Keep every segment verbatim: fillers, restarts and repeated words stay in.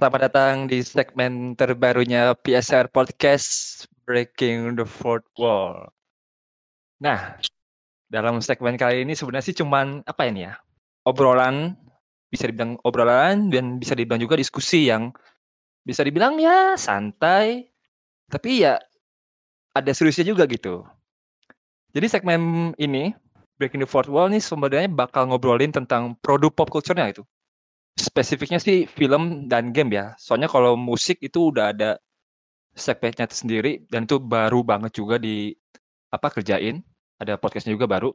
Selamat datang di segmen terbarunya P S R Podcast Breaking the Fourth Wall. Nah, dalam segmen kali ini sebenarnya sih cuman apa ini ya? Obrolan, bisa dibilang obrolan dan bisa dibilang juga diskusi yang bisa dibilang ya santai, tapi ya ada seriusnya juga gitu. Jadi segmen ini Breaking the Fourth Wall nih sebenarnya bakal ngobrolin tentang produk pop culture-nya itu. Spesifiknya sih film dan game ya. Soalnya kalau musik itu udah ada segmennya sendiri dan itu baru banget juga di apa kerjain. Ada podcastnya juga baru.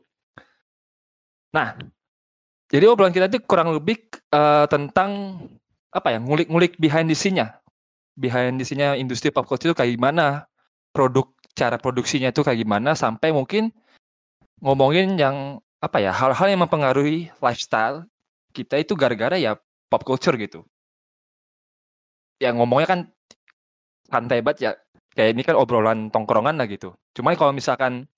Nah, jadi obrolan kita itu kurang lebih uh, tentang apa ya, ngulik-ngulik behind the scene-nya. Behind the scene-nya industri pop culture itu kayak gimana, produk cara produksinya itu kayak gimana, sampai mungkin ngomongin yang apa ya, hal-hal yang mempengaruhi lifestyle kita itu gara-gara ya pop culture gitu. Ya ngomongnya kan santai banget ya, kayak ini kan obrolan tongkrongan lah gitu. Cuma kalau misalkan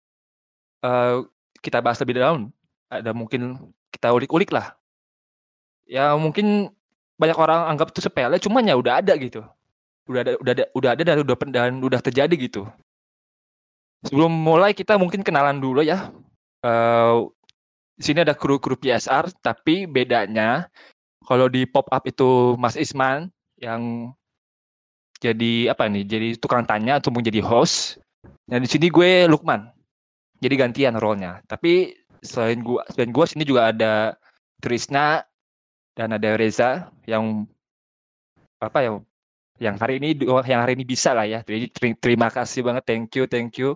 uh, kita bahas lebih dalam, ada mungkin kita ulik-ulik lah. Ya mungkin banyak orang anggap itu sepele, cuman ya udah ada gitu. Udah ada, udah ada, udah ada dan udah dan udah terjadi gitu. Sebelum mulai kita mungkin kenalan dulu ya. Uh, di sini ada kru-kru P S R, tapi bedanya kalau di pop up itu Mas Isman yang jadi apa nih? Jadi tukang tanya atau mau jadi host. Nah di sini gue Lukman. Jadi gantian role-nya. Tapi selain gua selain gua sini juga ada Trisna dan ada Reza yang apa ya yang hari ini yang hari ini bisa lah ya. Jadi terima kasih banget, thank you, thank you.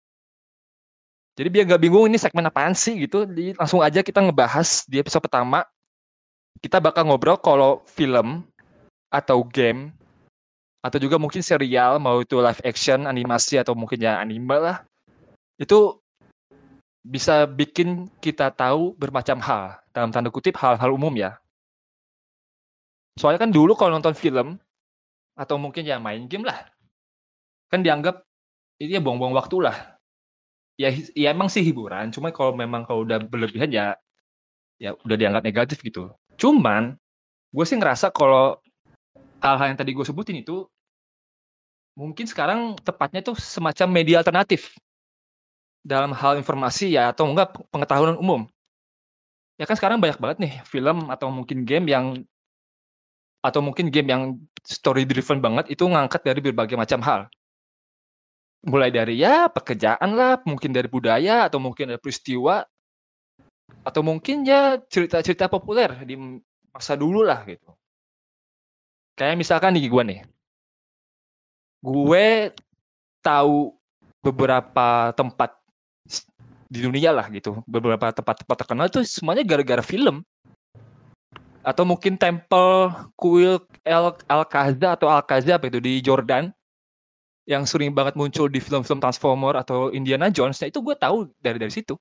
Jadi biar nggak bingung ini segmen apaan sih gitu, jadi langsung aja kita ngebahas di episode pertama. Kita bakal ngobrol kalau film atau game atau juga mungkin serial, mau itu live action, animasi atau mungkin ya anime lah. Itu bisa bikin kita tahu bermacam hal, dalam tanda kutip hal-hal umum ya. Soalnya kan dulu kalau nonton film atau mungkin ya main game lah, kan dianggap ini ya buang-buang waktu lah. Ya, ya emang sih hiburan, cuma kalau memang kalau udah berlebihan ya ya udah dianggap negatif gitu. Cuman gue sih ngerasa kalau hal-hal yang tadi gue sebutin itu mungkin sekarang tepatnya itu semacam media alternatif dalam hal informasi ya atau enggak pengetahuan umum. Ya kan sekarang banyak banget nih film atau mungkin game yang atau mungkin game yang story driven banget itu ngangkat dari berbagai macam hal. Mulai dari ya pekerjaan lah, mungkin dari budaya atau mungkin dari peristiwa atau mungkin ya cerita-cerita populer di masa dulu lah gitu. Kayak misalkan nih gue nih, gue tahu beberapa tempat di dunia lah gitu, beberapa tempat-tempat terkenal itu semuanya gara-gara film. Atau mungkin Temple Kuil El Al-Qaza atau Al-Qaza apa itu di Jordan yang sering banget muncul di film-film Transformer atau Indiana Jones. Nah itu gue tahu dari dari situ.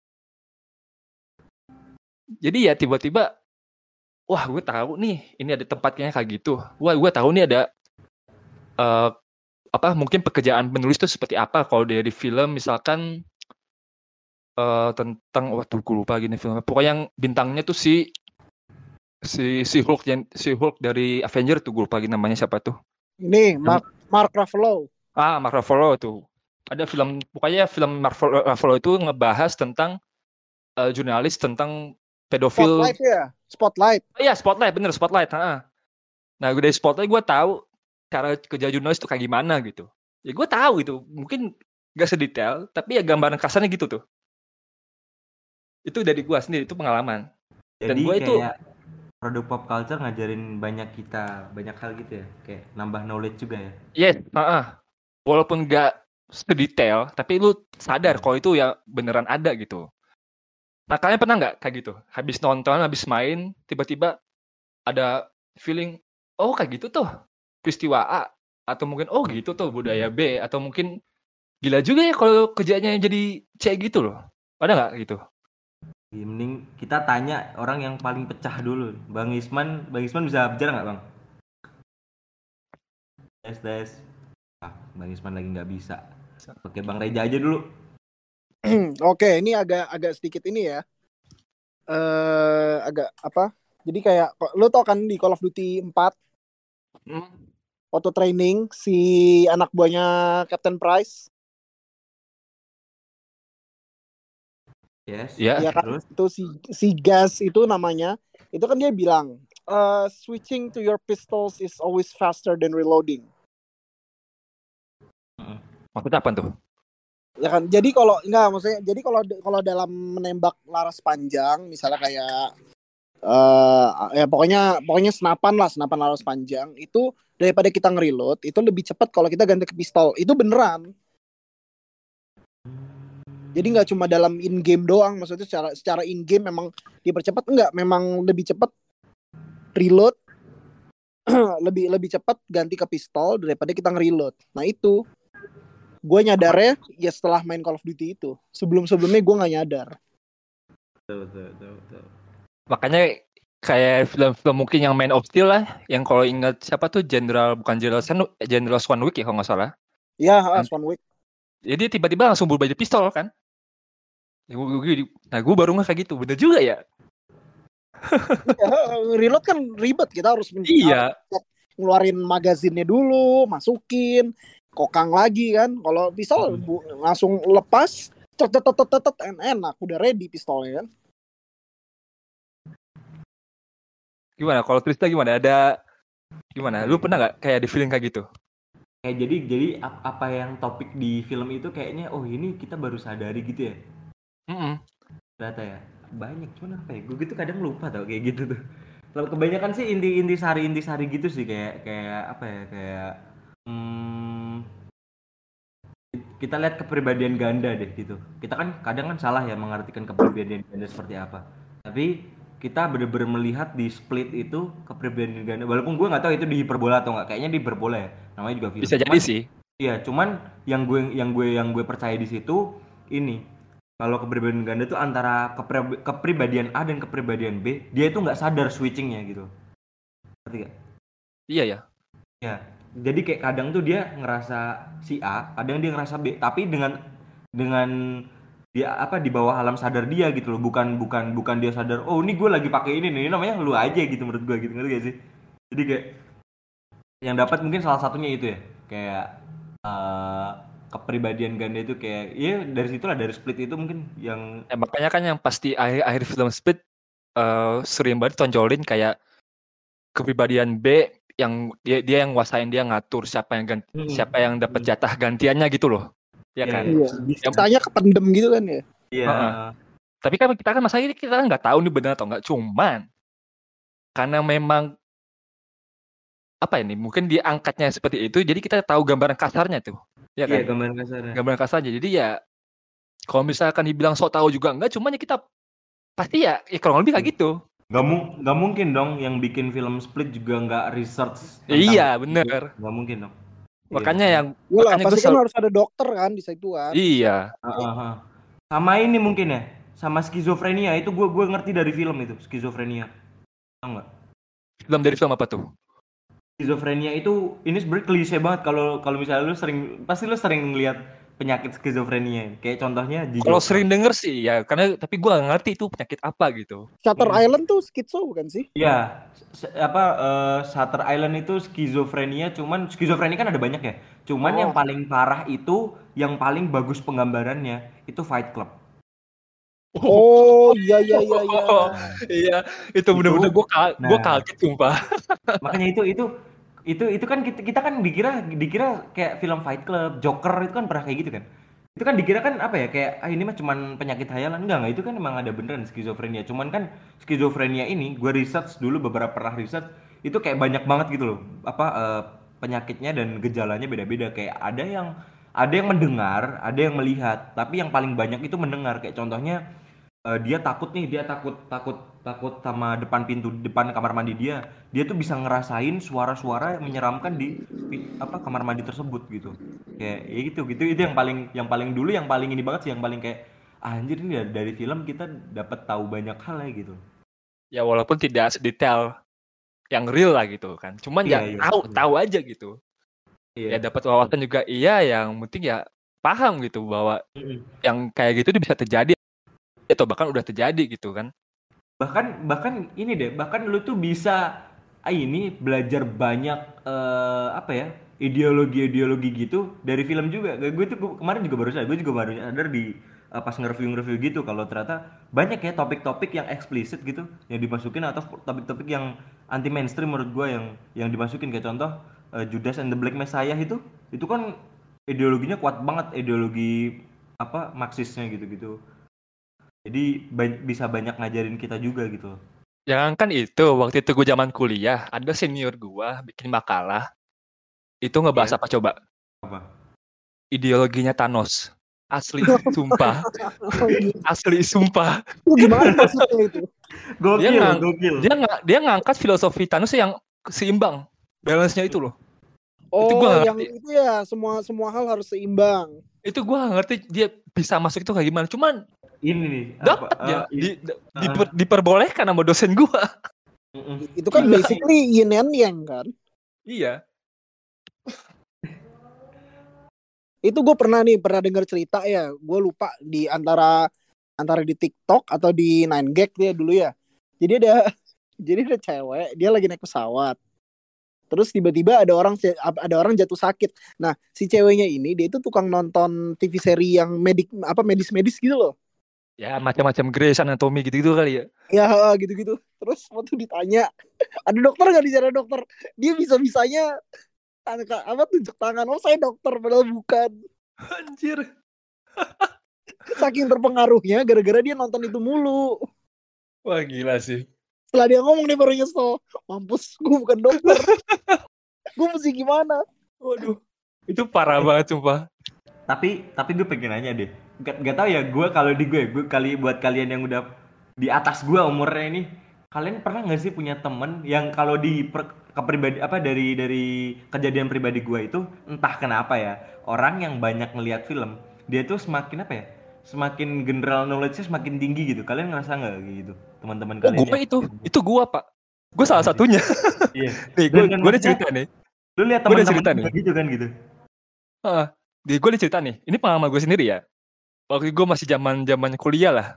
Jadi ya tiba-tiba, wah gue tahu nih ini ada tempatnya kayak gitu. Wah gue tahu nih ada uh, apa mungkin pekerjaan penulis itu seperti apa kalau dari film misalkan uh, tentang waktu gue lupa gini filmnya. Pokoknya yang bintangnya tuh si si si Hulk yang si Hulk dari Avenger tuh gue lupa gini namanya siapa tuh. Ini Mark Mark Ruffalo. Ah, Mark Ruffalo tuh. Ada film, pokoknya film Mark Ruffalo itu ngebahas tentang uh, jurnalis tentang pedofil. Spotlight ya, Spotlight. Oh iya, Spotlight, bener Spotlight. Ha. Nah, dari Spotlight gue tahu cara kerja jurnalis itu kayak gimana gitu. Ya gue tahu gitu, mungkin gak sedetail, tapi ya gambaran kasarnya gitu tuh. Itu dari gue sendiri, itu pengalaman. Jadi Dan gue itu produk pop culture ngajarin banyak kita banyak hal gitu ya, kayak nambah knowledge juga ya. Yes, uh-uh. Walaupun gak sedetail, tapi lu sadar hmm. kalau itu ya beneran ada gitu. Nah kalian pernah nggak kayak gitu? Habis nonton, habis main, tiba-tiba ada feeling, oh kayak gitu tuh peristiwa A, atau mungkin oh gitu tuh budaya B, atau mungkin gila juga ya kalau kerjanya jadi C gitu loh. Ada nggak gitu? Ya, mending kita tanya orang yang paling pecah dulu. Bang Isman, Bang Isman bisa bicara nggak bang? Des, des. Ah, Bang Isman lagi nggak bisa. Oke, Bang Reja aja dulu. Oke, ini agak agak sedikit ini ya. Uh, agak apa? Jadi kayak lo tau kan di Call of Duty empat Hmm. Auto training si anak buahnya Captain Price. Yes. Ya, Ya kan, Terus? itu si si Gas itu namanya. Itu kan dia bilang, uh, switching to your pistols is always faster than reloading. Heeh. maksudnya apa tuh? Ya kan, jadi kalau enggak maksudnya, jadi kalau kalau dalam menembak laras panjang, misalnya kayak uh, ya pokoknya pokoknya senapan lah, senapan laras panjang itu daripada kita nge-reload itu lebih cepat kalau kita ganti ke pistol. Itu beneran. Jadi nggak cuma dalam in game doang, maksudnya secara secara in game memang dipercepat, enggak, memang lebih cepat reload, lebih lebih cepat ganti ke pistol daripada kita nge-reload. Nah itu gue nyadarnya ya setelah main Call of Duty itu. Sebelum-sebelumnya gue nggak nyadar. Betul, betul, betul, betul. Makanya kayak film-film mungkin yang Man of Steel lah, yang kalau ingat siapa tuh General bukan General Swan, General Swanwick ya kalau nggak salah. Ya, Kan? Swan Wick. Jadi tiba-tiba langsung berubah jadi pistol kan? Nah gue baru nggak kayak gitu, bener juga ya. Ya, reload kan ribet, kita harus men- Iya. harus ngeluarin magazinnya dulu, masukin, kokang lagi kan. Kalau pistol Hmm. bu, langsung lepas, cet cet cet cet cet, enak, udah ready pistolnya kan. Gimana? Kalau Trista gimana? Ada gimana? Lu pernah nggak kayak di feeling kayak gitu? Kayak jadi jadi ap- apa yang topik di film itu kayaknya oh ini kita baru sadari gitu ya. Mm-mm. Ternyata ya banyak, cuman apa ya? Gue gitu kadang lupa tau kayak gitu tuh. Kalau kebanyakan sih inti-inti sari-inti sari gitu sih kayak kayak apa ya kayak hmm, kita lihat kepribadian ganda deh gitu. Kita kan kadang kan salah ya mengartikan kepribadian ganda seperti apa. Tapi kita bener-bener melihat di Split itu kepribadian ganda. Walaupun gue nggak tahu itu di hiperbola atau nggak. Kayaknya di hiperbola ya. Namanya juga film. Bisa Cuman, jadi sih. iya, cuman yang gue yang gue yang gue percaya di situ ini kalau kepribadian ganda itu antara kepri- kepribadian A dan kepribadian B, dia itu nggak sadar switchingnya gitu. Ngerti gak? Iya ya. Ya, jadi kayak kadang tuh dia ngerasa si A, kadang dia ngerasa B, tapi dengan dengan dia apa di bawah alam sadar dia gitu loh, bukan bukan bukan dia sadar, oh ini gue lagi pakai ini nih, ini namanya lu aja gitu menurut gue gitu, ngerti gak sih? Jadi kayak yang dapat mungkin salah satunya itu ya, kayak eh, kepribadian ganda itu kayak, ya dari situlah dari Split itu mungkin yang Ya, makanya kan yang pasti akhir-akhir film Split uh, sering banget tonjolin kayak kepribadian B yang dia dia yang nguasain, dia ngatur siapa yang ganti, Hmm. siapa yang dapat jatah gantiannya gitu loh. Ya Iya, kan? iya. Iya. Sisanya kependem gitu kan ya. Iya. Heeh. Tapi kan kita kan masalah ini kita kan nggak tahu nih benar atau nggak. Cuman karena memang apa ini mungkin diangkatnya seperti itu, jadi kita tahu gambaran kasarnya tuh, ya Iya, kan? gambaran kasarnya. Gambaran kasarnya. Jadi ya kalau misalkan dibilang sok tahu juga enggak, cuman ya kita pasti ya, ya kurang lebih kayak gitu. Gak, mu- gak mungkin dong yang bikin film Split juga nggak research tentang Iya, itu. bener. Gak mungkin dong. Makanya Iya. yang Iya lah, makanya gue pasti kan selalu harus ada dokter kan di situ kan. iya. Ah, ah, ah. Sama ini mungkin ya, sama skizofrenia itu gue gue ngerti dari film itu skizofrenia. Tahu nggak? Film dari film apa tuh? Skizofrenia itu ini sebenarnya klise banget kalau kalau misalnya lu sering pasti lu sering ngeliat penyakit skizofrenia. Kayak contohnya di Kalau Joker. sering denger sih ya, karena tapi gue gak ngerti itu penyakit apa gitu. Shutter Hmm. Island tuh skitso bukan sih? Iya, s- apa eh, Shutter Island itu skizofrenia, cuman skizofrenia kan ada banyak ya. Cuman Oh. yang paling parah itu, yang paling bagus penggambarannya itu Fight Club. Oh iya iya iya iya. Oh, iya, itu bener-bener gue ka- Nah. gue kaget sumpah. Makanya itu itu itu itu kan kita, kita kan dikira dikira kayak film Fight Club, Joker itu kan pernah kayak gitu kan. Itu kan dikira kan apa ya kayak ah ini mah cuman penyakit hayalan. Enggak, enggak, itu kan emang ada beneran skizofrenia. Cuman kan skizofrenia ini gue research dulu beberapa pernah research itu kayak banyak banget gitu loh. Apa eh, penyakitnya dan gejalanya beda-beda, kayak ada yang ada yang mendengar, ada yang melihat, tapi yang paling banyak itu mendengar. Kayak contohnya eh, dia takut nih, dia takut takut takut sama depan pintu depan kamar mandi dia. Dia tuh bisa ngerasain suara-suara yang menyeramkan di pi- apa kamar mandi tersebut gitu. Kayak ya gitu gitu itu yang paling yang paling dulu yang paling ini banget sih, yang paling kayak ah, anjir ini dari, dari film kita dapat tahu banyak hal ya gitu. Ya walaupun tidak sedetail yang real lah gitu kan. Cuman Iya, ya iya, tahu iya. tahu aja gitu. Ya Iya. dapat wawasan juga iya, yang penting ya paham gitu bahwa Mm-mm. yang kayak gitu bisa terjadi atau bahkan udah terjadi gitu kan. Bahkan bahkan ini deh, bahkan lu tuh bisa ah ini belajar banyak eh, apa ya ideologi-ideologi gitu dari film juga. Gue tuh gua- kemarin juga baru sadar, gue juga baru sadar di eh, pas nge-review-review gitu kalau ternyata banyak ya topik-topik yang eksplisit gitu yang dimasukin atau topik-topik yang anti mainstream menurut gue yang yang dimasukin kayak contoh eh, Judas and the Black Messiah itu itu kan ideologinya kuat banget ideologi apa Marxisnya gitu-gitu. Jadi ba- bisa banyak ngajarin kita juga gitu. Jangankan itu, waktu itu gue zaman kuliah, ada senior gue bikin makalah, itu ngebahas Iya. apa coba? Apa? Ideologinya Thanos. Asli, sumpah. Oh, gitu. Asli, sumpah. Itu gimana maksudnya itu? Dia Gokil, ngang, gokil. dia nggak, dia ngangkat filosofi Thanos yang seimbang, balance-nya itu loh. Itu gue Oh, nggak yang ngerti. itu ya semua semua hal harus seimbang. Itu gue nggak ngerti dia bisa masuk itu kayak gimana. Cuman Ini nih apa? dapat dia, eh, di, i- di- uh, diper- diperbolehkan sama dosen gue. mm-mm. Itu kan Enggak, basically yin and yang kan. Iya. Itu gue pernah nih pernah dengar cerita ya. Gue lupa di antara antara di TikTok atau di nine gag dia dulu ya. Jadi ada jadi ada cewek dia lagi naik pesawat. Terus tiba-tiba ada orang ada orang jatuh sakit. Nah, si ceweknya ini dia itu tukang nonton T V seri yang medik apa medis-medis gitu loh. Ya macam-macam Grey's Anatomy gitu-gitu kali ya. Ya gitu-gitu. Terus waktu ditanya, ada dokter nggak di sana dokter? Dia bisa-bisanya apa tunjuk tangan, oh saya dokter padahal bukan. Anjir. Saking terpengaruhnya gara-gara dia nonton itu mulu. Wah gila sih. Setelah dia ngomong dia baru nyesel, mampus gue bukan dokter. Gue mesti gimana? Waduh. Itu parah banget sumpah. tapi tapi gue pengen nanya deh. Gak, gak tau ya gue kalau di gue, gue kali buat kalian yang udah di atas gue umurnya ini, kalian pernah nggak sih punya temen yang kalau di per, kepribadi apa dari dari kejadian pribadi gue itu entah kenapa ya orang yang banyak ngelihat film dia tuh semakin apa ya semakin general knowledge-nya semakin tinggi gitu. Kalian ngerasa nggak kayak gitu teman-teman Oh kalian gue yang itu, itu gue pak. Gue salah satunya. iya. Nih gue Dan kan gue ada maksudnya cerita nih. lu lihat Gue ada teman-teman cerita nih. juga gitu kan gitu. Heeh. Di gue ada cerita nih. Ini pengalaman gue sendiri ya. Waktu gue masih zaman zaman kuliah lah.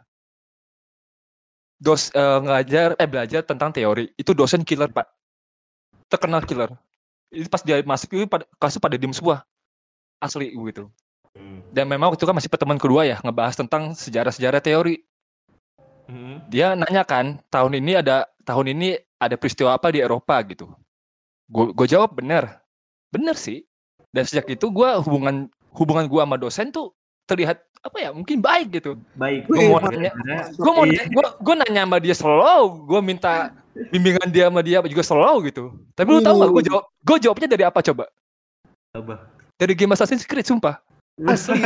Dos eh, ngajar eh belajar tentang teori. Itu dosen killer pak. Terkenal killer. Itu pas dia masuk itu pada kelas pada diem semua. Asli gitu. Hmm. Dan memang waktu itu kan masih pertemuan kedua ya ngebahas tentang sejarah-sejarah teori. Hmm. Dia nanya kan, tahun ini ada tahun ini ada peristiwa apa di Eropa gitu. Gue jawab benar, benar sih. Dan sejak itu gue hubungan hubungan gue sama dosen tuh terlihat apa ya mungkin baik gitu. Baik. Gue mau nanya, gue mau gue gue nanya sama dia selalu, gue minta bimbingan dia sama dia juga selalu gitu. Tapi lu tahu nggak gue jawab gue jawabnya dari apa coba? Apa? Dari game Assassin's Creed sumpah. Asli.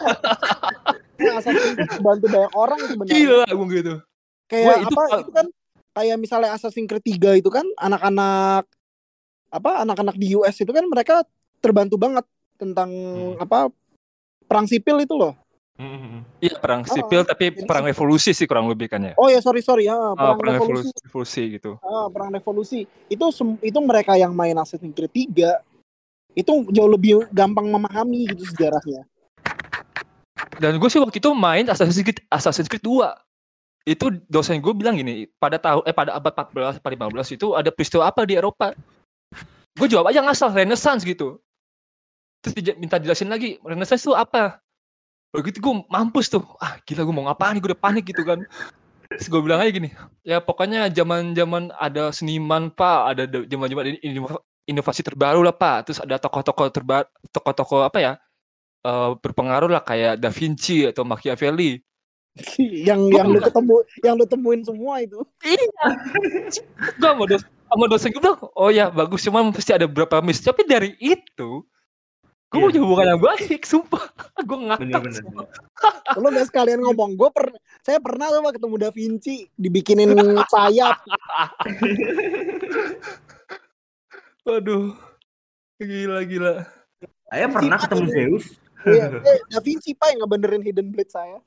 Assassin's Creed bantu banyak orang sebenarnya. Gila gue gitu. Kayak Wah, itu apa pa- itu kan kayak misalnya Assassin's Creed tiga itu kan anak-anak apa anak-anak di U S itu kan mereka terbantu banget tentang Hmm. apa perang sipil itu loh. Hmm. Iya perang Oh, sipil tapi jadi- perang revolusi sih kurang lebih kan ya. Oh ya sorry sorry ya Ah, perang, perang revolusi. revolusi, revolusi gitu. Ah, perang revolusi itu sem- itu mereka yang main Assassin's Creed tiga itu jauh lebih gampang memahami gitu sejarahnya. Dan gue sih waktu itu main Assassin's Creed Assassin's Creed dua. Itu dosen gue bilang gini, pada tahun eh pada abad empat belas atau lima belas itu ada peristiwa apa di Eropa? Gue jawab aja ngasal Renaissance gitu. Terus dia minta jelasin lagi, Renaissance itu apa? Begitu gue mampus tuh. Ah, gila gue mau ngapain? Gue udah panik gitu kan. Terus gue bilang aja gini, ya pokoknya zaman-zaman ada seniman Pak, ada zaman-zaman ini inovasi terbaru lah Pak. Terus ada tokoh-tokoh terbaru, tokoh-tokoh apa ya? Uh, berpengaruh lah kayak Da Vinci atau Machiavelli. yang Gua yang lu enggak. ketemu yang lu temuin semua itu. Iya. Gue sama dosen, sama dosen gue bilang, oh ya bagus cuma pasti ada beberapa miss. Tapi dari itu, gue Iya. punya hubungan yang baik, sumpah. Gue ngakak. Bener-bener. sumpah. Lu gak sekalian ngomong, gue per saya pernah tuh ketemu Da Vinci dibikinin sayap. Waduh, gila gila. Saya pernah ketemu Zeus. Iya, eh, Da Vinci Pak yang ngebenerin Hidden Blade saya.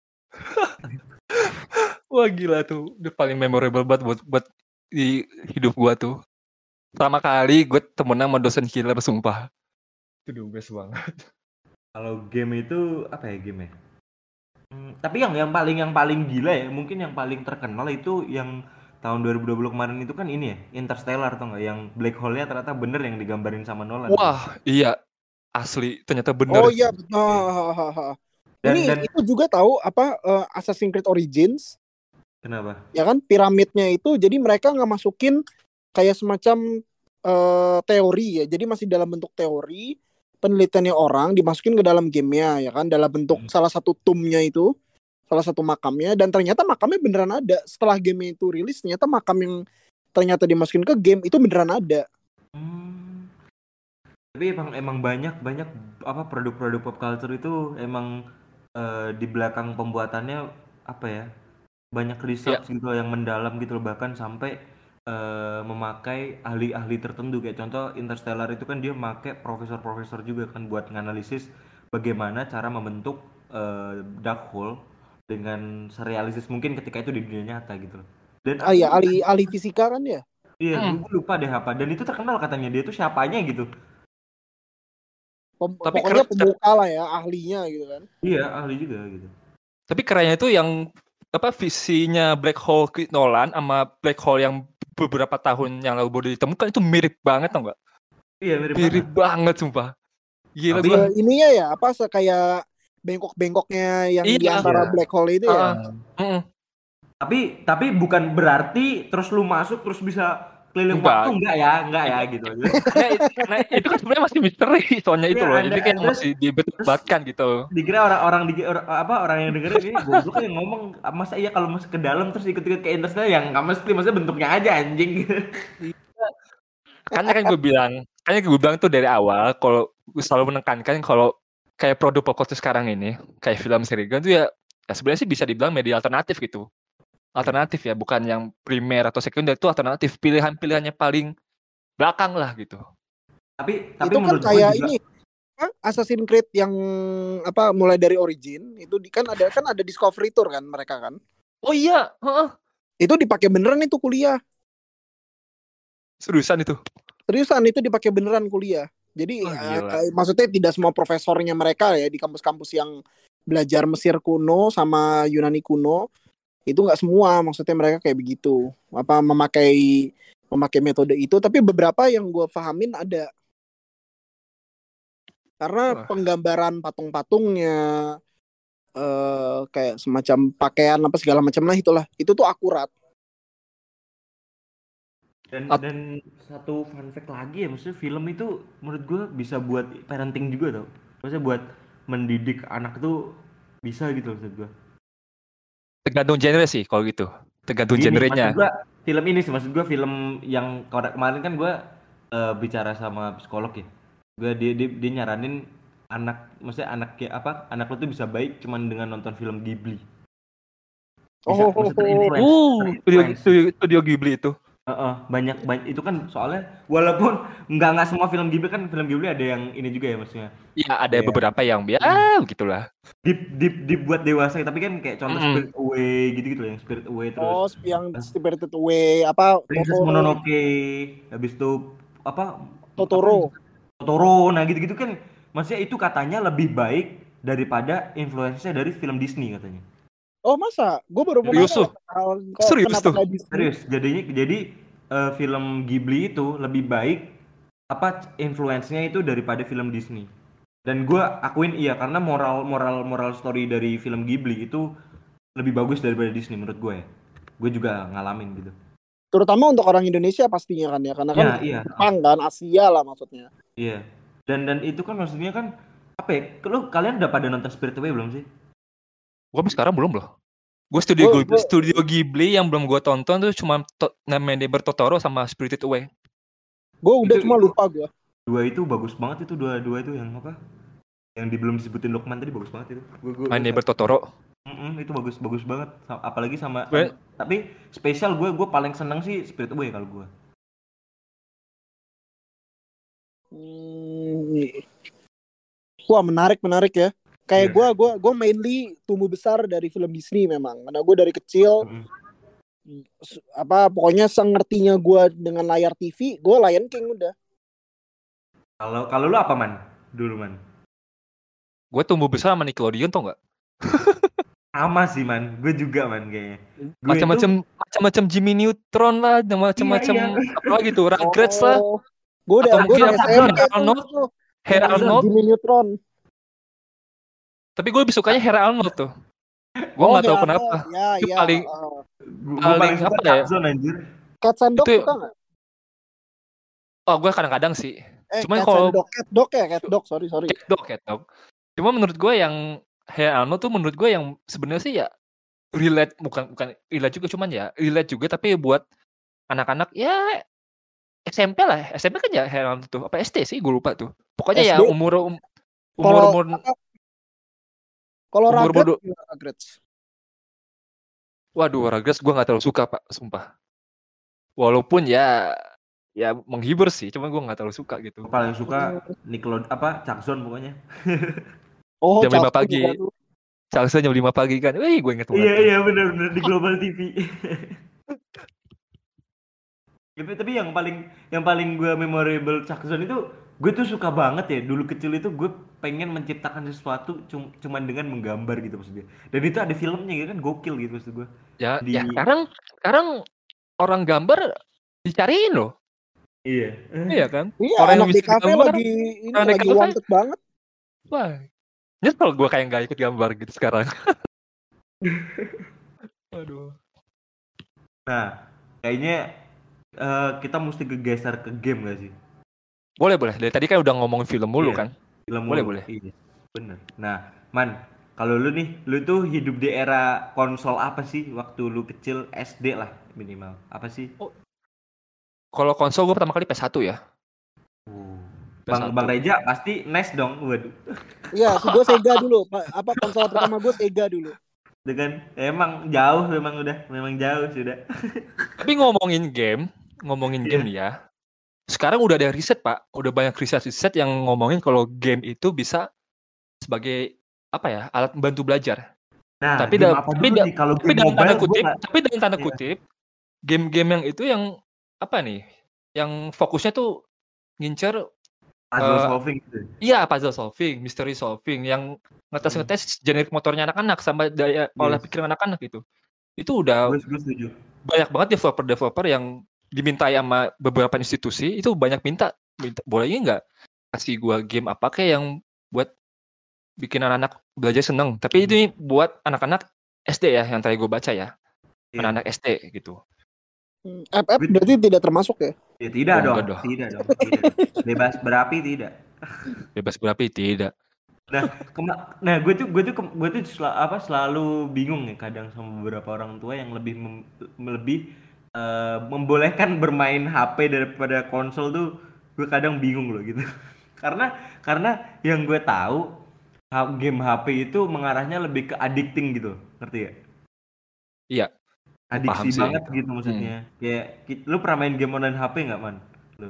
Wah gila tuh, udah paling memorable banget buat buat di hidup gua tuh. Pertama kali gue temen sama dosen killer, sumpah. Itu the best banget. Kalau game itu apa ya game ya? Hmm, tapi yang yang paling yang paling gila ya, mungkin yang paling terkenal itu yang tahun dua ribu dua puluh kemarin itu kan ini ya, Interstellar atau enggak yang black hole-nya ternyata bener yang digambarin sama Nolan. Wah, iya. Asli, ternyata Oh bener. iya, betul. Iya. Dan Ini dan itu juga tahu apa eh, Assassin's Creed Origins, kenapa? ya kan piramidnya itu jadi mereka nggak masukin kayak semacam eh, teori ya. Jadi masih dalam bentuk teori penelitiannya orang dimasukin ke dalam gamenya ya kan dalam bentuk Hmm. salah satu tomb-nya itu, salah satu makamnya dan ternyata makamnya beneran ada. Setelah game itu rilis ternyata makam yang ternyata dimasukin ke game itu beneran ada. Hmm. Tapi emang emang banyak banyak apa produk-produk pop culture itu emang eh, di belakang pembuatannya apa ya? Banyak Ya, research gitu loh yang mendalam gitu loh, bahkan sampai eh, memakai ahli-ahli tertentu kayak contoh Interstellar itu kan dia pakai profesor-profesor juga kan buat nganalisis bagaimana cara membentuk eh, dark hole dengan serealistis mungkin ketika itu di dunia nyata gitu loh. Dan Ah aku ya, tuh ahli ahli fisika kan ya. iya gue, mm. gue lupa deh apa dan itu terkenal katanya dia tuh siapanya gitu. Pem- Tapi pokoknya keren, pemuka lah ya, ahlinya gitu kan. Iya ahli juga gitu. tapi kerennya itu yang apa visinya Black Hole Chris Nolan sama Black Hole yang beberapa tahun yang lalu baru ditemukan itu mirip banget tau nggak? Iya mirip banget. Mirip banget sumpah. Gila Tapi gua. Se- ininya ya apa se- kayak bengkok-bengkoknya yang di Iya. antara iya. black hole itu ya. Ah, mm-mm. Tapi tapi bukan berarti terus lu masuk terus bisa keliling waktu Enggak. enggak ya, enggak ya Enggak. gitu. Karena, karena itu kan sebenarnya masih misteri soalnya itu Iya, loh. Anda Ini kayak terus masih terus dibetul-betulkan gitu. dikira orang-orang di or- apa orang yang dengerin ini goblok yang ngomong masa iya kalau masuk ke dalam terus ikut-ikut ke Interstellar yang nggak mesti maksudnya bentuknya aja anjing. Makanya kan gue bilang, makanya gue bilang tuh dari awal kalau gue selalu menekankan kalau kayak produk pop culture sekarang ini, kayak film serigan tuh ya, ya sebenarnya sih bisa dibilang media alternatif gitu. Alternatif ya, bukan yang primer atau sekunder, itu alternatif. Pilihan-pilihannya paling belakang lah gitu. Tapi tapi Itu kan menurut gue kayak juga ini apa, Assassin's Creed yang apa mulai dari origin itu di, kan ada kan ada Discovery Tour kan mereka kan. Oh iya, heeh. Itu dipakai beneran itu kuliah. Seriusan itu. Seriusan itu dipakai beneran kuliah. Jadi Oh eh, gila. eh, maksudnya tidak semua profesornya mereka ya di kampus-kampus yang belajar Mesir kuno sama Yunani kuno itu nggak semua maksudnya mereka kayak begitu apa memakai memakai metode itu tapi beberapa yang gue pahamin ada karena Wah. penggambaran patung-patungnya eh, kayak semacam pakaian apa segala macam lah itulah itu tuh akurat. dan At- dan satu fun fact lagi ya maksudnya film itu menurut gue bisa buat parenting juga tau. Maksudnya buat mendidik anak tuh bisa gitu maksud gue. Tergantung genre sih kalau gitu. Tergantung Gini, maksud genrenya. gua film ini sih, maksud gua film yang kore- kemarin kan gua eh, bicara sama psikolog ya. Gua dia, dia dia nyaranin anak, maksudnya anak kayak apa? Anak lu tuh bisa baik cuman dengan nonton film Ghibli. Bisa, Oh, maksudnya terinfluence, Uh, studio, terinfluence. studio, studio Ghibli itu. Heeh, banyak banyak itu kan soalnya walaupun nggak nggak semua film Ghibli kan film Ghibli ada yang ini juga ya maksudnya. Iya, ada Kayak beberapa yang ya Hmm. gitulah. deep deep deep buat dewasa tapi kan kayak contoh Mm-mm. Spirit Away gitu-gitu loh yang Spirit Away terus oh yang Spirited Away apa Princess Totoro Mononoke, habis itu apa? Totoro. Apa? Totoro, nah gitu-gitu kan, maksudnya itu katanya lebih baik daripada influence dari film Disney katanya. Oh masa? Gue baru mau Serius nanya tuh. loh, kok Serius kenapa tuh. nggak Disney? Serius, jadinya jadi eh, film Ghibli itu lebih baik apa influence-nya itu daripada film Disney. Dan gue akuin iya karena moral moral moral story dari film Ghibli itu lebih bagus daripada Disney menurut gue ya. Gue juga ngalamin gitu. Terutama untuk orang Indonesia pastinya kan ya, karena kan Ya, iya. Jepang kan, Asia lah maksudnya. Iya. Dan dan itu kan maksudnya kan apa ya? Lu kalian udah pada nonton Spirit Away belum sih? Gue sampai sekarang belum loh. Gue studio Gua- Ghibli, gua- studio Ghibli yang belum gue tonton tuh cuma to, My Neighbor Totoro sama Spirited Away. Gue udah Itu- cuma itu- lupa gue. Dua itu bagus banget itu dua dua itu yang apa? Yang di belum disebutin Lokman tadi bagus banget itu. Gua, gua, My gua Neighbor sa- Totoro. Mm-mm, itu bagus bagus banget. Sa- Apalagi sama, Gue- sama- tapi spesial gue gue paling seneng sih Spirit Away kalau gue. Hmm, wah menarik menarik ya. Kayak Iya. gue gue gue mainly tumbuh besar dari film Disney memang. Karena gue dari kecil Mm-mm. s- apa pokoknya sengertinya gue dengan layar T V, gue Lion King udah. Kalau kalau lu apa man? Dulu man. Gue tumbuh besar sama Nickelodeon tau nggak? Sama sih man, gue juga man kayaknya. Gue Macam-macam itu macam-macam Jimmy Neutron lah, dan iya macam-macam iya. apa lagi tuh, Rugrats lah, Oh, gue udah atau gue mungkin udah apa S M P Hey tuh Arnold, itu Hey yang Arnold. Jimmy Neutron. Tapi gue lebih sukanya Hey Arnold tuh. Gue Oh, nggak Hey tahu Arnold. kenapa. Ya, Itu ya. paling Uh, gue paling paling suka apa ya? Chuck Zone anjir. Cats and Dog Itu suka nggak? oh gue kadang-kadang sih. Eh, Cuman Cats and kalau Dog, Cat Dog ya, Cat Dog. Sorry, sorry. Cat Dog, Cat Dog. Cuma menurut gue yang Hey Arnold tuh menurut gue yang sebenarnya sih ya relate, bukan bukan relate juga, cuman ya relate juga, tapi buat anak-anak ya S M P lah. S M P kan ya Hey Arnold tuh, apa S D sih gue lupa tuh. Pokoknya ya S D. umur um, umur Kalau umur kalau umur Rugrats, bodoh. gimana Rugrats? Waduh, Rugrats gue nggak terlalu suka pak, sumpah. Walaupun ya ya menghibur sih, cuma gue nggak terlalu suka gitu. Gue paling suka Nickelode apa Chuck Zone pokoknya. Oh, Jam lima Charleston pagi. juga tuh. Charleston jam lima pagi kan. Wih, gue inget banget. Iya tuh. iya benar-benar di Global T V. Tapi tapi yang paling yang paling gue memorable Chuck Zone itu, gue tuh suka banget ya dulu kecil itu gue pengen menciptakan sesuatu cum- cuman dengan menggambar gitu maksudnya. Dan itu ada filmnya gitu kan, gokil gitu maksud gue. Ya, Di ya sekarang sekarang orang gambar dicariin loh. iya. Iya kan? Iya, Orang yang anak di bisa kafe gambar, lagi ini orang di lagi kafe. wanted banget. Wah, nyesel gue kayak nggak ikut gambar gitu sekarang. Aduh. Nah, kayaknya eh, kita mesti geser ke game gak sih? Boleh boleh. Dari tadi kan udah ngomongin film mulu Iya, kan. Film Boleh, mulu. boleh. Iya, bener. Nah, Man, kalau lu nih, lu tuh hidup di era konsol apa sih waktu lu kecil, S D lah minimal. Apa sih? Oh, kalau konsol gue pertama kali P S satu ya. Uh, P S Bang satu. Bang Reja pasti N E S dong. Waduh. Iya, gue Sega dulu. Pa- Apa konsol pertama gue Sega dulu. Dengan emang jauh memang udah, memang jauh sudah. Tapi ngomongin game, ngomongin Iya. game nih ya. Sekarang udah ada riset pak, udah banyak riset-riset yang ngomongin kalau game itu bisa sebagai apa ya, alat membantu belajar. Nah, Tapi game da- apa tapi dulu da- nih? Kalau tapi game dalam tanda mobile gue kutip, nggak. tapi dalam tanda Iya. kutip, game-game yang itu yang apa nih, yang fokusnya tuh ngincer Puzzle eh, solving gitu. iya puzzle solving, mystery solving, yang ngetes-ngetes generik motornya anak-anak sama daya olah Yes. pikir anak-anak itu. Itu udah Gue gue setuju. banyak banget developer-developer yang dimintai sama beberapa institusi, itu banyak minta, minta bolehnya nggak kasih gua game apa kayak yang buat bikin anak-anak belajar seneng. Tapi Hmm. ini buat anak-anak S D ya, yang tadi gue baca ya, Iya. anak-anak S D gitu. Hmm, F F berarti tidak termasuk ya? Ya tidak Oh, dong, enggak dong. tidak dong, tidak. Bebas berapi tidak. Bebas berapi tidak. Nah, kema- nah gue tuh gue tuh kem- gue tuh sel- apa selalu bingung ya kadang sama beberapa orang tua yang lebih mem- lebih eh, membolehkan bermain H P daripada konsol tuh, gue kadang bingung loh gitu. karena karena yang gue tahu ha- game H P itu mengarahnya lebih ke addicting gitu, ngerti ya? Iya. Paham Adiksi sih banget itu. gitu maksudnya. Kayak ki- lu pernah main game online H P nggak man? Lu?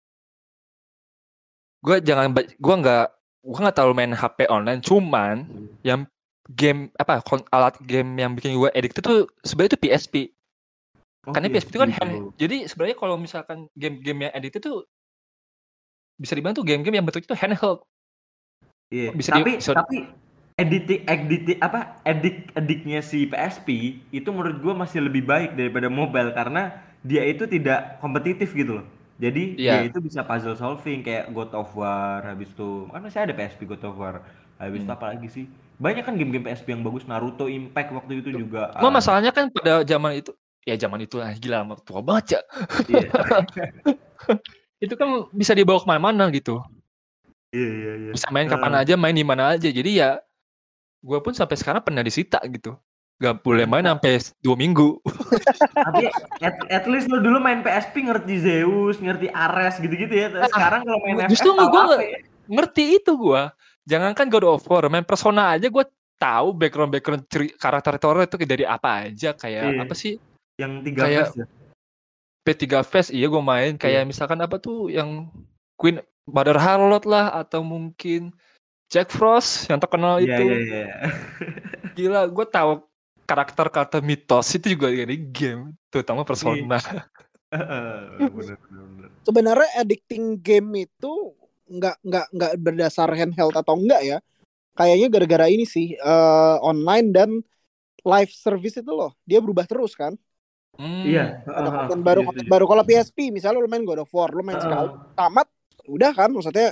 Gue jangan, ba- gue nggak, gue nggak terlalu main H P online. Cuman yang game apa kon- alat game yang bikin gue addict itu sebenarnya itu P S P. Oh, Karena P S P itu kan hand, gitu. jadi sebenarnya kalau misalkan game-game yang edit itu bisa dibilang tuh game-game yang bentuknya itu handheld. Iya. Bisa Tapi di, bisa, tapi editing editing apa edik ediknya si P S P itu menurut gua masih lebih baik daripada mobile karena dia itu tidak kompetitif gitu loh. Jadi Iya. dia itu bisa puzzle solving kayak God of War, habis itu kan masih ada P S P God of War. Habis itu Hmm. apa lagi sih? Banyak kan game-game P S P yang bagus, Naruto Impact waktu itu juga. Cuma ah, masalahnya kan pada zaman itu, ya zaman itu lah gila lama, tua banget ya. Iya. Itu kan bisa dibawa kemana-mana gitu. Iya iya iya. Bisa main Eh, kapan aja, main di mana aja. Jadi ya, gue pun sampai sekarang pernah disita gitu. Gak boleh main sampai dua minggu. Tapi at, at least lu dulu main P S P ngerti Zeus, ngerti Ares gitu-gitu ya. Sekarang kalau main F F Justru tahu gue apa ya? ngerti itu gue. Jangankan God of War, main Persona aja gue tahu background-background ceri- karakter-karakter itu dari apa aja. Kayak Iya. apa sih? Yang tiga Kayak phase ya. P tiga Phase, iya gue main. Kayak Iya. misalkan apa tuh yang Queen Mother Harlot lah, atau mungkin Jack Frost yang terkenal Iya itu. iya iya. Gila, gue tahu karakter-karakter mitos itu juga dari game, terutama Persona. Bener bener bener. Sebenarnya addicting game itu nggak nggak nggak berdasar handheld atau enggak ya. Kayaknya gara-gara ini sih eh, online dan live service itu loh, dia berubah terus kan. Hmm. Iya. Ada Heeh, konten baru, iya, konten iya. baru. Kalau P S P misalnya lu main God of War, lu main sekali, Heeh. tamat, udah kan, maksudnya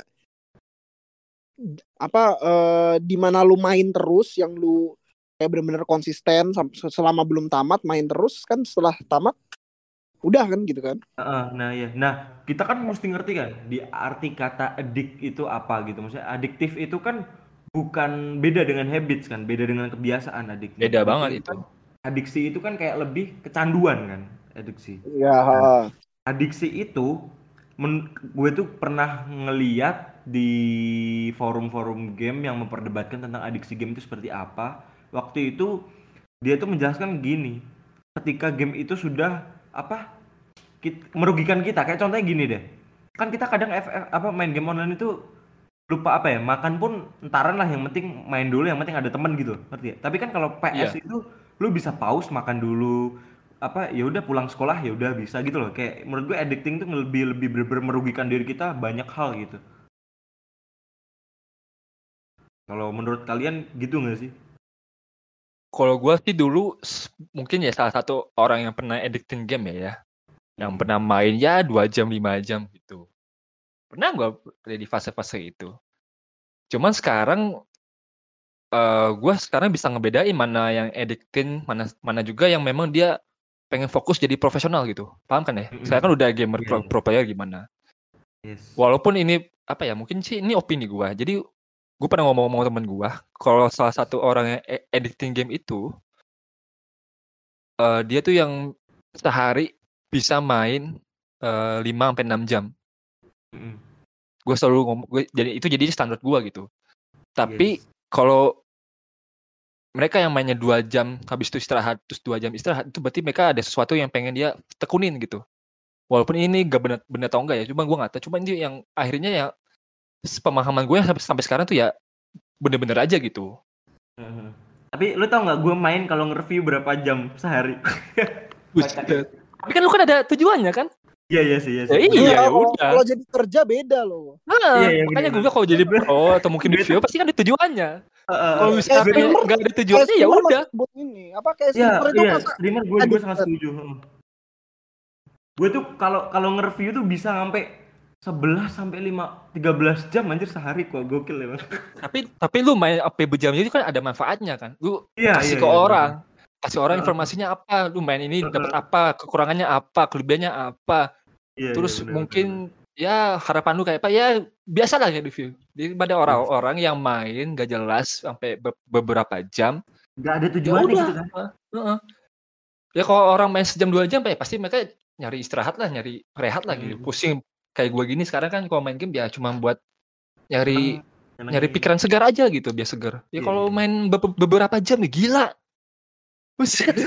apa eh, di mana lu main terus, yang lu kayak bener-bener konsisten sam- selama belum tamat main terus kan, setelah tamat udah kan gitu kan. Heeh, nah ya, nah kita kan mesti ngerti kan di arti kata addict itu apa gitu. Maksudnya adiktif itu kan bukan beda dengan habits kan, beda dengan kebiasaan addict. Beda Addict banget itu itu. kan, adiksi itu kan kayak lebih kecanduan kan, adiksi. Ya, Nah, adiksi itu men- gue tuh pernah ngeliat di forum-forum game yang memperdebatkan tentang adiksi game itu seperti apa. Waktu itu dia tuh menjelaskan gini, ketika game itu sudah apa kit- merugikan kita, kayak contohnya gini deh, kan kita kadang F F apa main game online itu lupa apa ya, makan pun entaran lah, yang penting main dulu, yang penting ada temen gitu, ngerti ya? Tapi kan kalau P S Iya. itu lu bisa pause makan dulu, apa ya udah pulang sekolah ya udah bisa gitu loh. Kayak menurut gue addicting tuh lebih lebih bener-bener merugikan diri kita banyak hal gitu. Kalau menurut kalian gitu nggak sih? Kalau gue sih dulu s- mungkin ya salah satu orang yang pernah addicting game ya, ya. Yang Hmm. pernah main ya dua jam lima jam gitu. Pernah gue ada di fase-fase itu. Cuman sekarang eh gue sekarang bisa ngebedain mana yang addicting, mana mana juga yang memang dia pengen fokus jadi profesional gitu. Paham kan ya? Saya kan Mm-mm. udah gamer Iya, pro, iya. pro player gimana. Yes. Walaupun ini apa ya, mungkin sih ini opini gue. Jadi gue pernah ngomong-ngomong sama temen gue, kalau salah satu orang yang a- addicting game itu, eh, dia tuh yang sehari bisa main eh, lima sampai enam jam. Mm-mm. Gue selalu ngomong, gue, jadi itu jadi standar gue gitu. Tapi Yes. kalau mereka yang mainnya dua jam habis itu istirahat, terus dua jam istirahat, itu berarti mereka ada sesuatu yang pengen dia tekunin gitu. Walaupun ini gak benar benar atau enggak ya, cuma gue nggak tahu. Cuma ini yang akhirnya ya pemahaman gue sampai sampai sekarang tuh ya bener-bener aja gitu. Heeh. Tapi lu tau nggak gue main kalau nge-review berapa jam sehari? Kocak ya. Buset. Tapi kan lu kan ada tujuannya kan? Iya iya sih, iya Ya sih. Bener. iya, ya kalau, udah. kalau jadi kerja beda loh. Iya Nah, iya makanya bener. gue kalau jadi pro atau mungkin Gue review tuh pasti kan ada tujuannya. Heeh, Kalau gue Kayak misalnya tuh streamer, nggak ada kayak tujuannya ya streamer udah. masih sebut ini. Apa kayak Iya streamer itu iya masa streamer, gue gue sangat addicted? setuju. Heeh. Gue tuh kalau kalau nge-review tuh bisa sampai sebelas sampai lima tiga belas jam anjir sehari, kok gokil ya, Bang. Tapi tapi lu main A P berjam itu kan ada manfaatnya kan. Lu Iya kasih iya ke iya bener. orang, kasih orang Heeh, informasinya apa, lu main ini dapat heeh. apa, kekurangannya apa, kelebihannya apa. Iya iya Terus bener bener bener. mungkin ya harapan lu kayak apa ya, biasa lah kayak review. Daripada Yes. orang-orang yang main gak jelas sampai be- beberapa jam, Nggak ada ya tujuannya udah. gitu kan? Heeh, heeh. Ya kalau orang main sejam dua jam ya pasti mereka nyari istirahat lah, nyari rehat lah gitu. Mm. Pusing kayak gue gini sekarang kan kalau main game ya cuma buat nyari Seneng, nyari senengin. pikiran segar aja gitu, biar segar. Ya Iya kalau iya. main be- beberapa jam ya gila. Buset.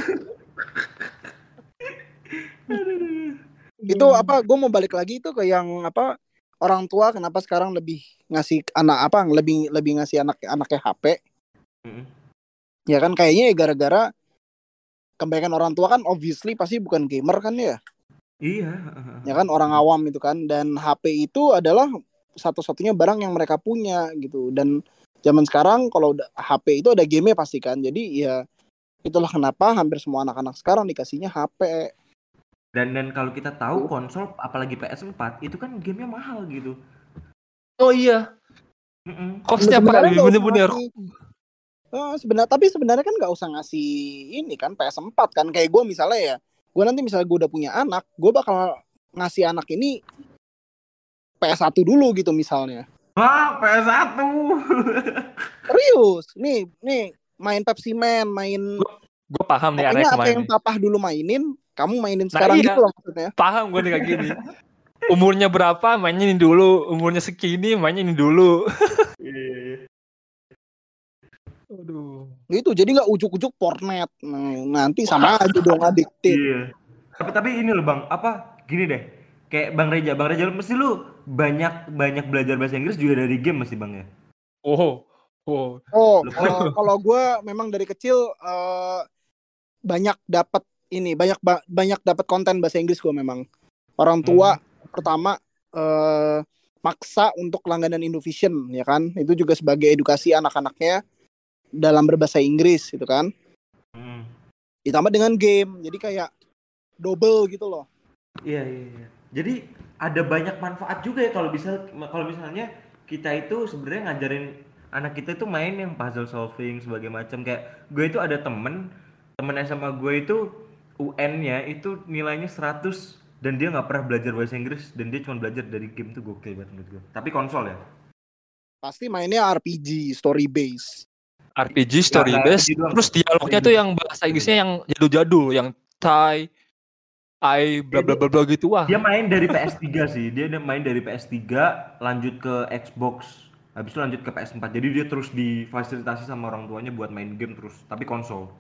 Itu apa? Gue mau balik lagi itu ke yang apa? Orang tua kenapa sekarang lebih ngasih anak apa? Lebih lebih ngasih anak anaknya H P? Mm. Ya kan kayaknya ya gara-gara kebanyakan orang tua kan obviously pasti bukan gamer kan ya. Iya. Ya kan orang awam itu kan, dan H P itu adalah satu-satunya barang yang mereka punya gitu. Dan zaman sekarang kalau udah H P itu ada game-nya pasti kan. Jadi ya itulah kenapa hampir semua anak-anak sekarang dikasihnya H P. Dan dan kalau kita tahu konsol apalagi P S empat itu kan gamenya mahal gitu. Oh iya, Mm-mm. costnya apa Sebenarnya kali nggak usah bener-bener. ngasih, eh, sebenarnya tapi sebenarnya kan nggak usah ngasih ini kan P S empat kan. Kayak gue misalnya ya, gue nanti misalnya gue udah punya anak, gue bakal ngasih anak ini P S satu dulu gitu misalnya. Wah, P S satu. Serius, nih nih main Pepsi Man, main Gue paham nih pokoknya anaknya apa kemana yang nih. papah dulu mainin, kamu mainin Nah sekarang iya, gitu loh maksudnya. paham gue nih kayak gini. Umurnya berapa mainnya ini dulu, umurnya segini mainnya ini dulu. Iya. Aduh. Gitu, jadi nggak ujuk-ujuk Fortnite. Nah, nanti sama aja dong addicted. Iya. Tapi tapi ini loh Bang, apa gini deh. Kayak Bang Reja, Bang Reja mesti lu banyak banyak belajar bahasa Inggris juga dari game mesti Bang ya. Oh, oh. Oh, Lu kalau kalau gue memang dari kecil eh, banyak dapat ini, banyak ba- banyak dapat konten bahasa Inggris gue memang. Orang tua pertama eh, maksa untuk langganan Indovision ya kan. Itu juga sebagai edukasi anak-anaknya dalam berbahasa Inggris gitu kan. Hmm. ditambah dengan game, jadi kayak double gitu loh. Iya, iya, iya. Jadi ada banyak manfaat juga ya kalau bisa kalau misalnya kita itu sebenarnya ngajarin anak kita itu main yang puzzle solving sebagai macam. Kayak gue itu ada temen temen S M A gue itu U N-nya itu nilainya seratus dan dia nggak pernah belajar bahasa Inggris dan dia cuma belajar dari game. Tuh gokil banget menurut gue. Tapi konsol ya. Pasti mainnya R P G, story base. R P G story Nggak, based, R P G doang. terus dialognya tuh yang bahasa Inggrisnya yang jadul-jadul, yang Thai, I, bla bla bla bla gitu. Wah, Dia main dari P S tiga sih. Dia dia main dari P S tiga lanjut ke Xbox. Habis itu lanjut ke P S empat. Jadi dia terus difasilitasi sama orang tuanya buat main game terus, tapi konsol.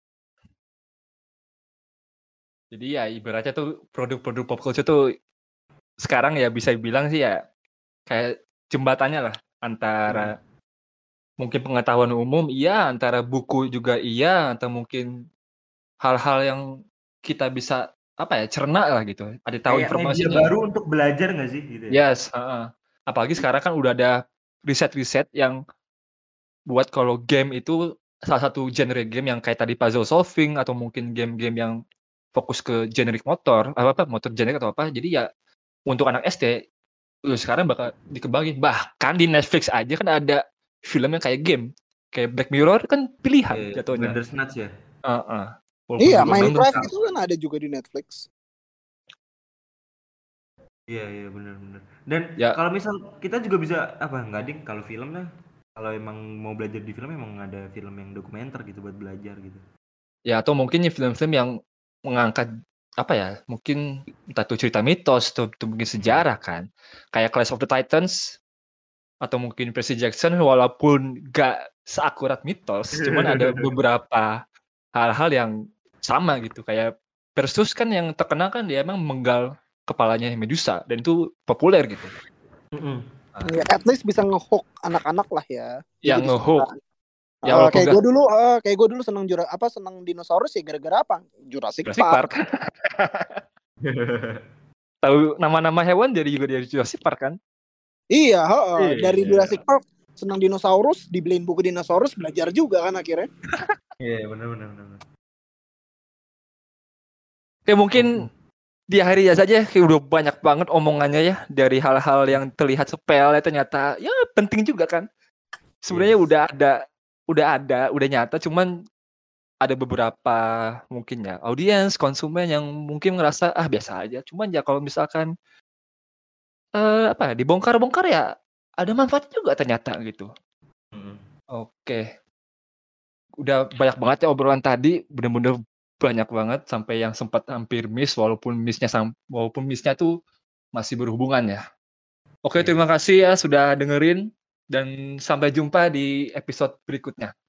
jadi ya ibaratnya tuh produk-produk pop culture tuh sekarang ya bisa dibilang sih ya kayak jembatannya lah antara mungkin pengetahuan umum iya, antara buku juga iya, atau mungkin hal-hal yang kita bisa apa ya cerna lah gitu. Ada tahu Kayak media informasinya. baru untuk belajar nggak sih gitu ya? Yes, uh, apalagi sekarang kan udah ada riset-riset yang buat kalau game itu salah satu genre game yang kayak tadi puzzle solving atau mungkin game-game yang fokus ke generic motor, apa apa motor generic atau apa. Jadi ya untuk anak S D uh, sekarang bakal dikembangin. Bahkan di Netflix aja kan ada film yang kayak game, kayak Black Mirror kan pilihan Kayak jatuhnya. Bandersnatch ya. Uh-uh. Walaupun Iya, juga Minecraft belum- itu kan ada juga di Netflix. Iya iya benar-benar. Dan Ya. kalau misal kita juga bisa apa nggak ding kalau film lah. Kalau emang mau belajar di film emang ada film yang dokumenter gitu buat belajar gitu. Ya atau mungkin ya film-film yang mengangkat apa ya mungkin entah itu cerita mitos atau, atau mungkin sejarah kan kayak Clash of the Titans atau mungkin Percy Jackson walaupun gak seakurat mitos cuman ada beberapa hal-hal yang sama gitu kayak Perseus kan yang terkenal kan dia emang menggal kepalanya Medusa dan itu populer gitu. Mm-mm. Ya, at least bisa ngehook anak-anak lah ya. Yang Jadi ngehook. suka. Ya, Uh, walaupun kayak nggak- gue dulu, uh, kayak gue dulu seneng jura apa seneng dinosaurus ya gara-gara apa? Jurassic, Jurassic Park. Park. Tahu nama-nama hewan jadi juga dari Jurassic Park kan? Iya, uh, Iya. dari Jurassic Park seneng dinosaurus, dibeliin buku dinosaurus, belajar juga kan akhirnya. Iya benar-benar benar. Oke mungkin di akhiri ya saja kayak udah banyak banget omongannya ya dari hal-hal yang terlihat sepele ternyata ya penting juga kan. Sebenarnya Yes. udah ada udah ada, udah nyata cuman ada beberapa mungkin ya audiens, konsumen yang mungkin ngerasa ah biasa aja. Cuman ya kalau misalkan eh apa ya dibongkar-bongkar ya ada manfaat juga ternyata gitu. Mm-mm. Oke. Udah banyak banget ya obrolan tadi, bener-bener banyak banget sampai yang sempat hampir miss walaupun missnya sam- walaupun missnya tuh masih berhubungan ya. Oke, Yes. terima kasih ya sudah dengerin dan sampai jumpa di episode berikutnya.